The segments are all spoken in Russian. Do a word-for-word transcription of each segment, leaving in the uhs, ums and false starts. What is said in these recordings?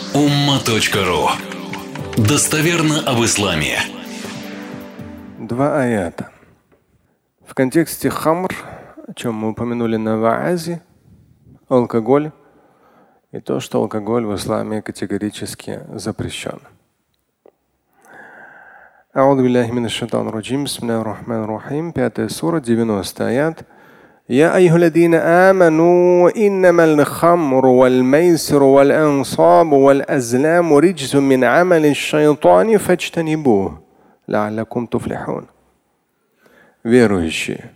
умма точка ру. Достоверно об исламе. Два аята. В контексте хамр, о чем мы упомянули на ваазе, алкоголь и то, что алкоголь в исламе категорически запрещен. А'уду биллахи минаш шайтанир раджим. Бисмиллахир рахманир рахим. Пятая сура, девяностый аят. يا أيها الذين آمنوا إنما الخمر والميسر والأنصاب والأزلام رجس من عمل الشيطان فاجتنبوه لعلكم تفلحون. Верующие.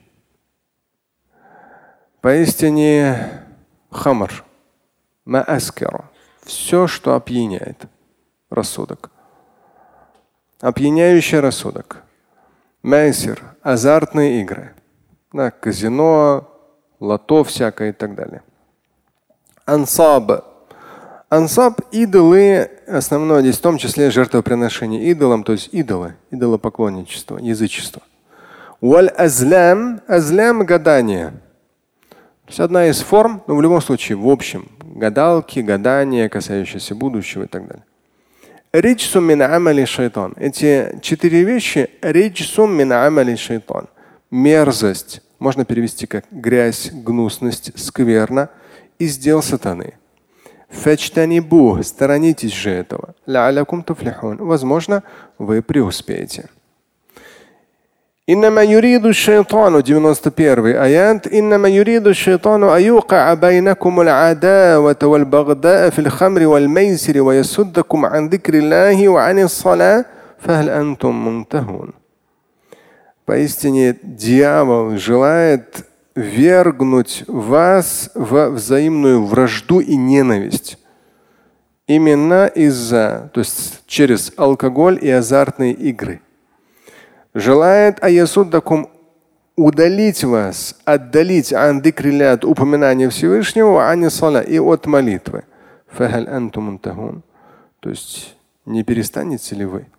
Поистине хамр, мааскар, все, что опьяняет рассудок. Опьяняющий рассудок. Майсир, азартные игры. Да, казино, лото всякое и так далее. Ансаб. Ансаб – идолы, основное здесь в том числе жертвоприношение идолам, то есть идолы, идолопоклонничество, язычество. Валь азлям, азлям – гадание. То есть одна из форм, но в любом случае, в общем, гадалки, гадания, касающиеся будущего и так далее. Риджсум мин амали шайтан. Эти четыре вещи – риджсум мин амали шайтан. Мерзость, можно перевести как грязь, гнусность, скверно из дел сатаны. Фачтанибу, сторонитесь же этого. Ла'алякум туфлихун. Возможно, вы преуспеете. Иннама юриду шайтану, девяносто первый аят. Иннама юриду шайтану аюка байнакум аль-адавата валь-багдаа фил хамри валь-майсири ва ясуддакум ан дикриллахи ва ани ссала фахаль антум мунтахун. Поистине дьявол желает ввергнуть вас в взаимную вражду и ненависть. Именно из-за, то есть через алкоголь и азартные игры. Желает аясуддакум удалить вас, отдалить ан дикрилля от упоминания Всевышнего, ани сала и от молитвы. Фахаль антум мунтахун. То есть не перестанете ли вы?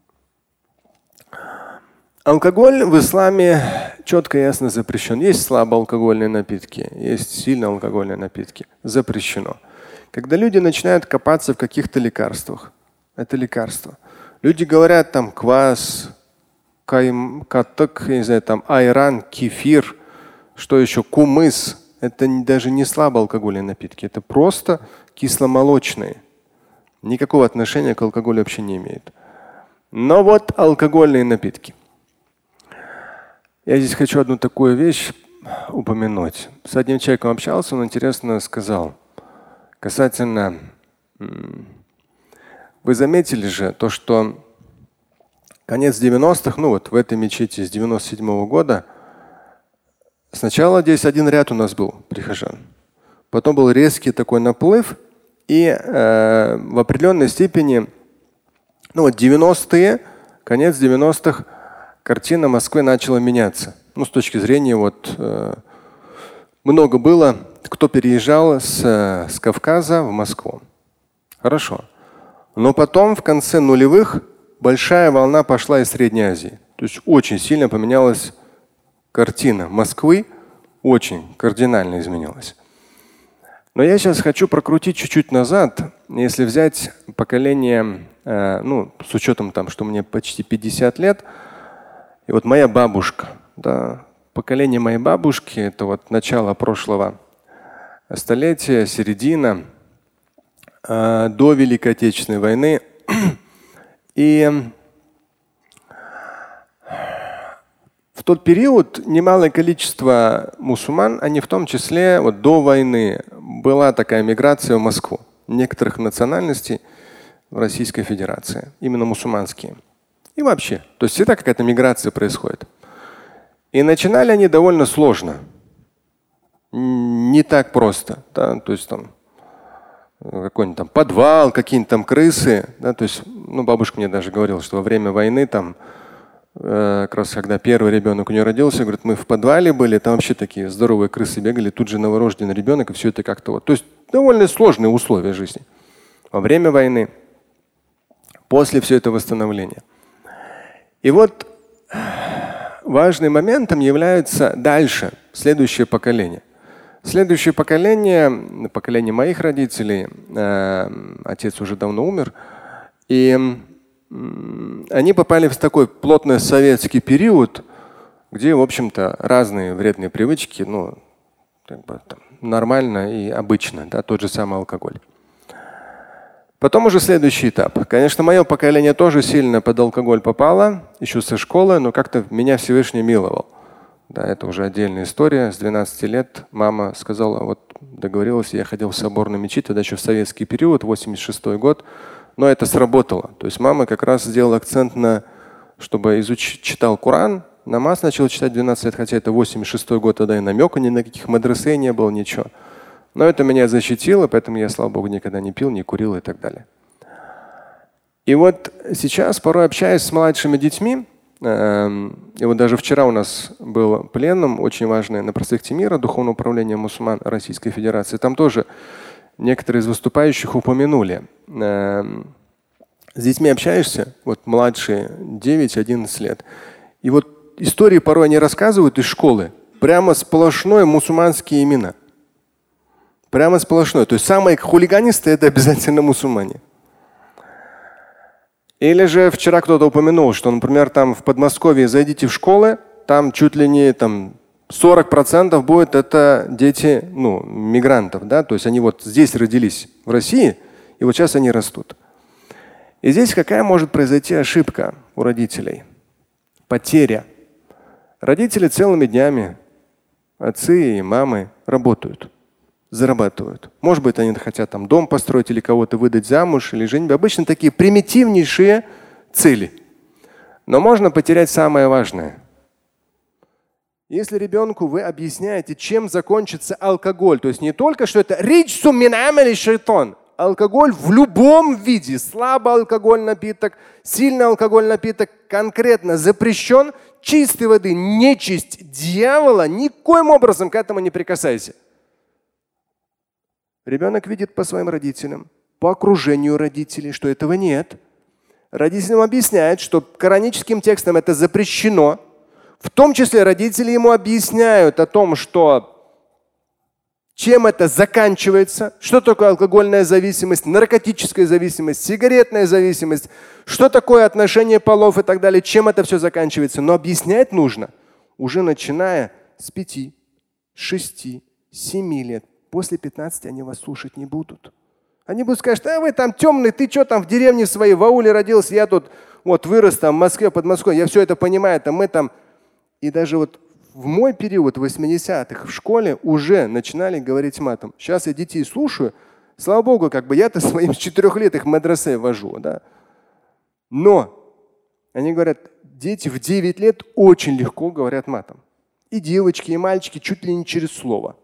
Алкоголь в исламе четко и ясно запрещен. Есть слабоалкогольные напитки, есть сильно алкогольные напитки. Запрещено. Когда люди начинают копаться в каких-то лекарствах, это лекарство. Люди говорят там квас, кайм, катык, не знаю, там айран, кефир, что еще, кумыс. Это даже не слабоалкогольные напитки, это просто кисломолочные. Никакого отношения к алкоголю вообще не имеют. Но вот алкогольные напитки. Я здесь хочу одну такую вещь упомянуть. С одним человеком общался, он интересно сказал. Касательно, вы заметили же то, что конец девяностых, ну вот в этой мечети с девяносто седьмого года, сначала здесь один ряд у нас был прихожан. Потом был резкий такой наплыв, и э, в определенной степени, ну вот девяностые, конец девяностых, картина Москвы начала меняться. Ну, с точки зрения, вот э, много было, кто переезжал с, с Кавказа в Москву. Хорошо. Но потом в конце нулевых большая волна пошла из Средней Азии. То есть очень сильно поменялась картина Москвы, очень кардинально изменилась. Но я сейчас хочу прокрутить чуть-чуть назад. Если взять поколение, э, ну, с учетом там, что мне почти пятьдесят лет, и вот моя бабушка, да, поколение моей бабушки, это вот начало прошлого столетия, середина, э, до Великой Отечественной войны. И в тот период немалое количество мусульман, они в том числе вот до войны, была такая миграция в Москву некоторых национальностей в Российской Федерации, именно мусульманские. И вообще, то есть всегда какая-то миграция происходит. И начинали они довольно сложно. Не так просто. Да? То есть там какой-нибудь там подвал, какие-нибудь там крысы. Да? То есть, ну, бабушка мне даже говорила, что во время войны там, э, как раз когда первый ребенок у нее родился, говорит, мы в подвале были, там вообще такие здоровые крысы бегали, тут же новорожденный ребенок, и все это как-то вот. То есть довольно сложные условия жизни. Во время войны, после всего этого восстановления. И вот важным моментом является дальше, следующее поколение. Следующее поколение, поколение моих родителей, э, отец уже давно умер, и э, они попали в такой плотный советский период, где, в общем-то, разные вредные привычки, ну, как бы, там, нормально и обычно, да, тот же самый алкоголь. Потом уже следующий этап. Конечно, мое поколение тоже сильно под алкоголь попало, еще со школы, но как-то меня Всевышний миловал. Да, это уже отдельная история. С двенадцати лет мама сказала, вот договорилась, я ходил в соборную мечеть, тогда еще в советский период, восемьдесят шестой год, но это сработало. То есть мама как раз сделала акцент на, чтобы изучить, читал Коран, намаз начал читать в двенадцать лет, хотя это восемьдесят шестой год, тогда и намека ни на каких мадресе не было, ничего. Но это меня защитило, поэтому я, слава богу, никогда не пил, не курил и так далее. И вот сейчас, порой общаясь с младшими детьми, и вот даже вчера у нас был пленум очень важный на проспекте Мира, Духовное управление мусульман Российской Федерации. Там тоже некоторые из выступающих упомянули. С детьми общаешься, вот младшие девять-одиннадцать лет. И вот истории порой они рассказывают из школы. Прямо сплошное мусульманские имена. Прямо сплошное. То есть самые хулиганисты это обязательно мусульмане. Или же вчера кто-то упомянул, что, например, там в Подмосковье зайдите в школы, там чуть ли не там, сорок процентов будет это дети ну, мигрантов. Да? То есть они вот здесь родились в России, и вот сейчас они растут. И здесь какая может произойти ошибка у родителей? Потеря. Родители целыми днями, отцы и мамы работают, зарабатывают. Может быть, они хотят там дом построить или кого-то выдать замуж или женить. Обычно такие примитивнейшие цели. Но можно потерять самое важное. Если ребенку вы объясняете, чем закончится алкоголь, то есть не только, что это риджсу мин амали шайтан, алкоголь в любом виде, слабый алкоголь напиток, сильный алкоголь напиток конкретно запрещен, чистой воды, нечисть дьявола, никоим образом к этому не прикасайся. Ребенок видит по своим родителям, по окружению родителей, что этого нет. Родителям объясняют, что кораническим текстом это запрещено. В том числе родители ему объясняют о том, что чем это заканчивается, что такое алкогольная зависимость, наркотическая зависимость, сигаретная зависимость, что такое отношение полов и так далее, чем это все заканчивается. Но объяснять нужно уже начиная с пяти, шести, семи лет. После пятнадцати они вас слушать не будут. Они будут сказать, а вы там темный, ты что там в деревне своей, в ауле родился, я тут вот вырос там в Москве, под Москвой, я все это понимаю, там мы там. И даже вот в мой период восьмидесятых в школе уже начинали говорить матом. Сейчас я детей слушаю, слава богу, как бы я-то своим с четырех лет их в мадресе вожу, да. Но они говорят, дети в девять лет очень легко говорят матом. И девочки, и мальчики чуть ли не через слово.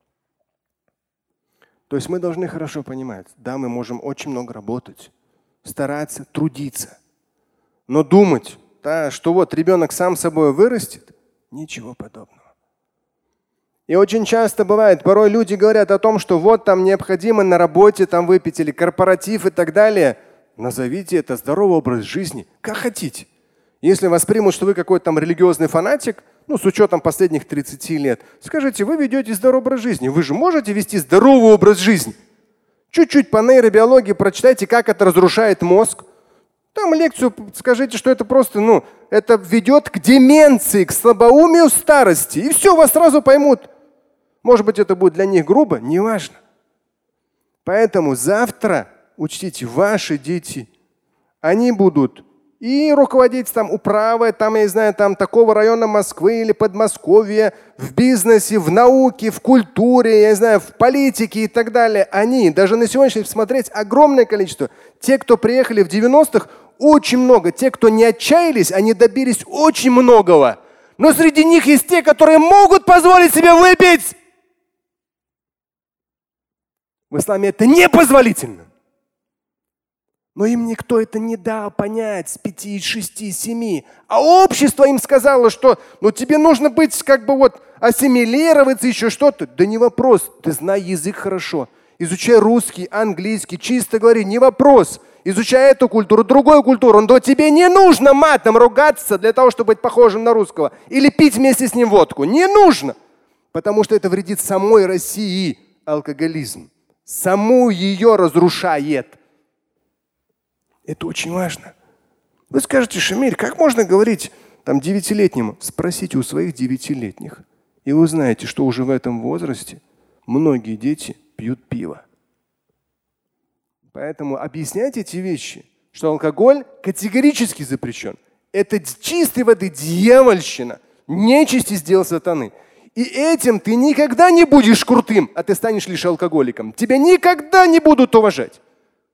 То есть мы должны хорошо понимать, да, мы можем очень много работать, стараться, трудиться, но думать, да, что вот ребенок сам собой вырастет, ничего подобного. И очень часто бывает, порой люди говорят о том, что вот там необходимо на работе там выпить или корпоратив и так далее. Назовите это здоровый образ жизни, как хотите. Если воспримут, что вы какой-то там религиозный фанатик, ну, с учетом последних тридцати лет, скажите, вы ведете здоровый образ жизни. Вы же можете вести здоровый образ жизни. Чуть-чуть по нейробиологии прочитайте, как это разрушает мозг. Там лекцию скажите, что это просто, ну, это ведет к деменции, к слабоумию старости. И все, вас сразу поймут. Может быть, это будет для них грубо, неважно. Поэтому завтра, учтите, ваши дети, они будут и руководить там управой, там, я не знаю, там такого района Москвы или Подмосковья, в бизнесе, в науке, в культуре, я не знаю, в политике и так далее. Они, даже на сегодняшний день смотреть огромное количество. Те, кто приехали в девяностых, очень много. Те, кто не отчаялись, они добились очень многого. Но среди них есть те, которые могут позволить себе выпить. В исламе это непозволительно. Но им никто это не дал понять с пяти, шести, семи. А общество им сказало, что ну, тебе нужно быть как бы вот ассимилироваться, еще что-то. Да не вопрос, ты знай язык хорошо. Изучай русский, английский, чисто говори, не вопрос. Изучай эту культуру, другую культуру. Но тебе не нужно матом ругаться для того, чтобы быть похожим на русского. Или пить вместе с ним водку. Не нужно. Потому что это вредит самой России, алкоголизм. Саму ее разрушает. Это очень важно. Вы скажете, Шамиль, как можно говорить там девятилетнему? Спросите у своих девятилетних. И вы узнаете, что уже в этом возрасте многие дети пьют пиво. Поэтому объясняйте эти вещи, что алкоголь категорически запрещен. Это чистой воды дьявольщина, нечисть из дел сатаны. И этим ты никогда не будешь крутым, а ты станешь лишь алкоголиком. Тебя никогда не будут уважать.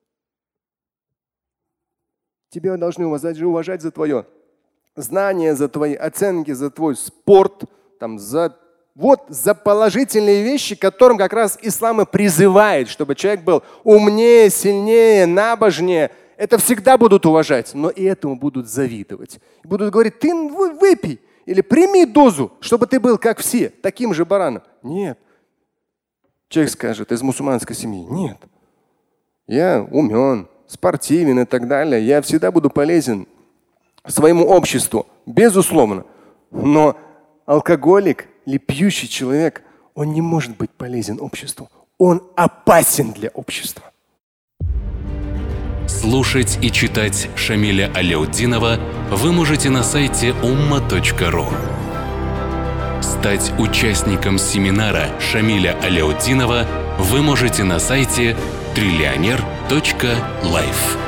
Тебя должны уважать, уважать за твое знание, за твои оценки, за твой спорт, там, за, вот, за положительные вещи, к которым как раз ислам и призывает, чтобы человек был умнее, сильнее, набожнее. Это всегда будут уважать, но и этому будут завидовать. Будут говорить, ты выпей или прими дозу, чтобы ты был как все, таким же бараном. Нет. Человек скажет из мусульманской семьи, нет. Я умен, спортивен и так далее. Я всегда буду полезен своему обществу, безусловно. Но алкоголик или пьющий человек, он не может быть полезен обществу. Он опасен для общества. Слушать и читать Шамиля Аляутдинова вы можете на сайте умма точка ру. Стать участником семинара Шамиля Аляутдинова вы можете на сайте триллионер точка лайф.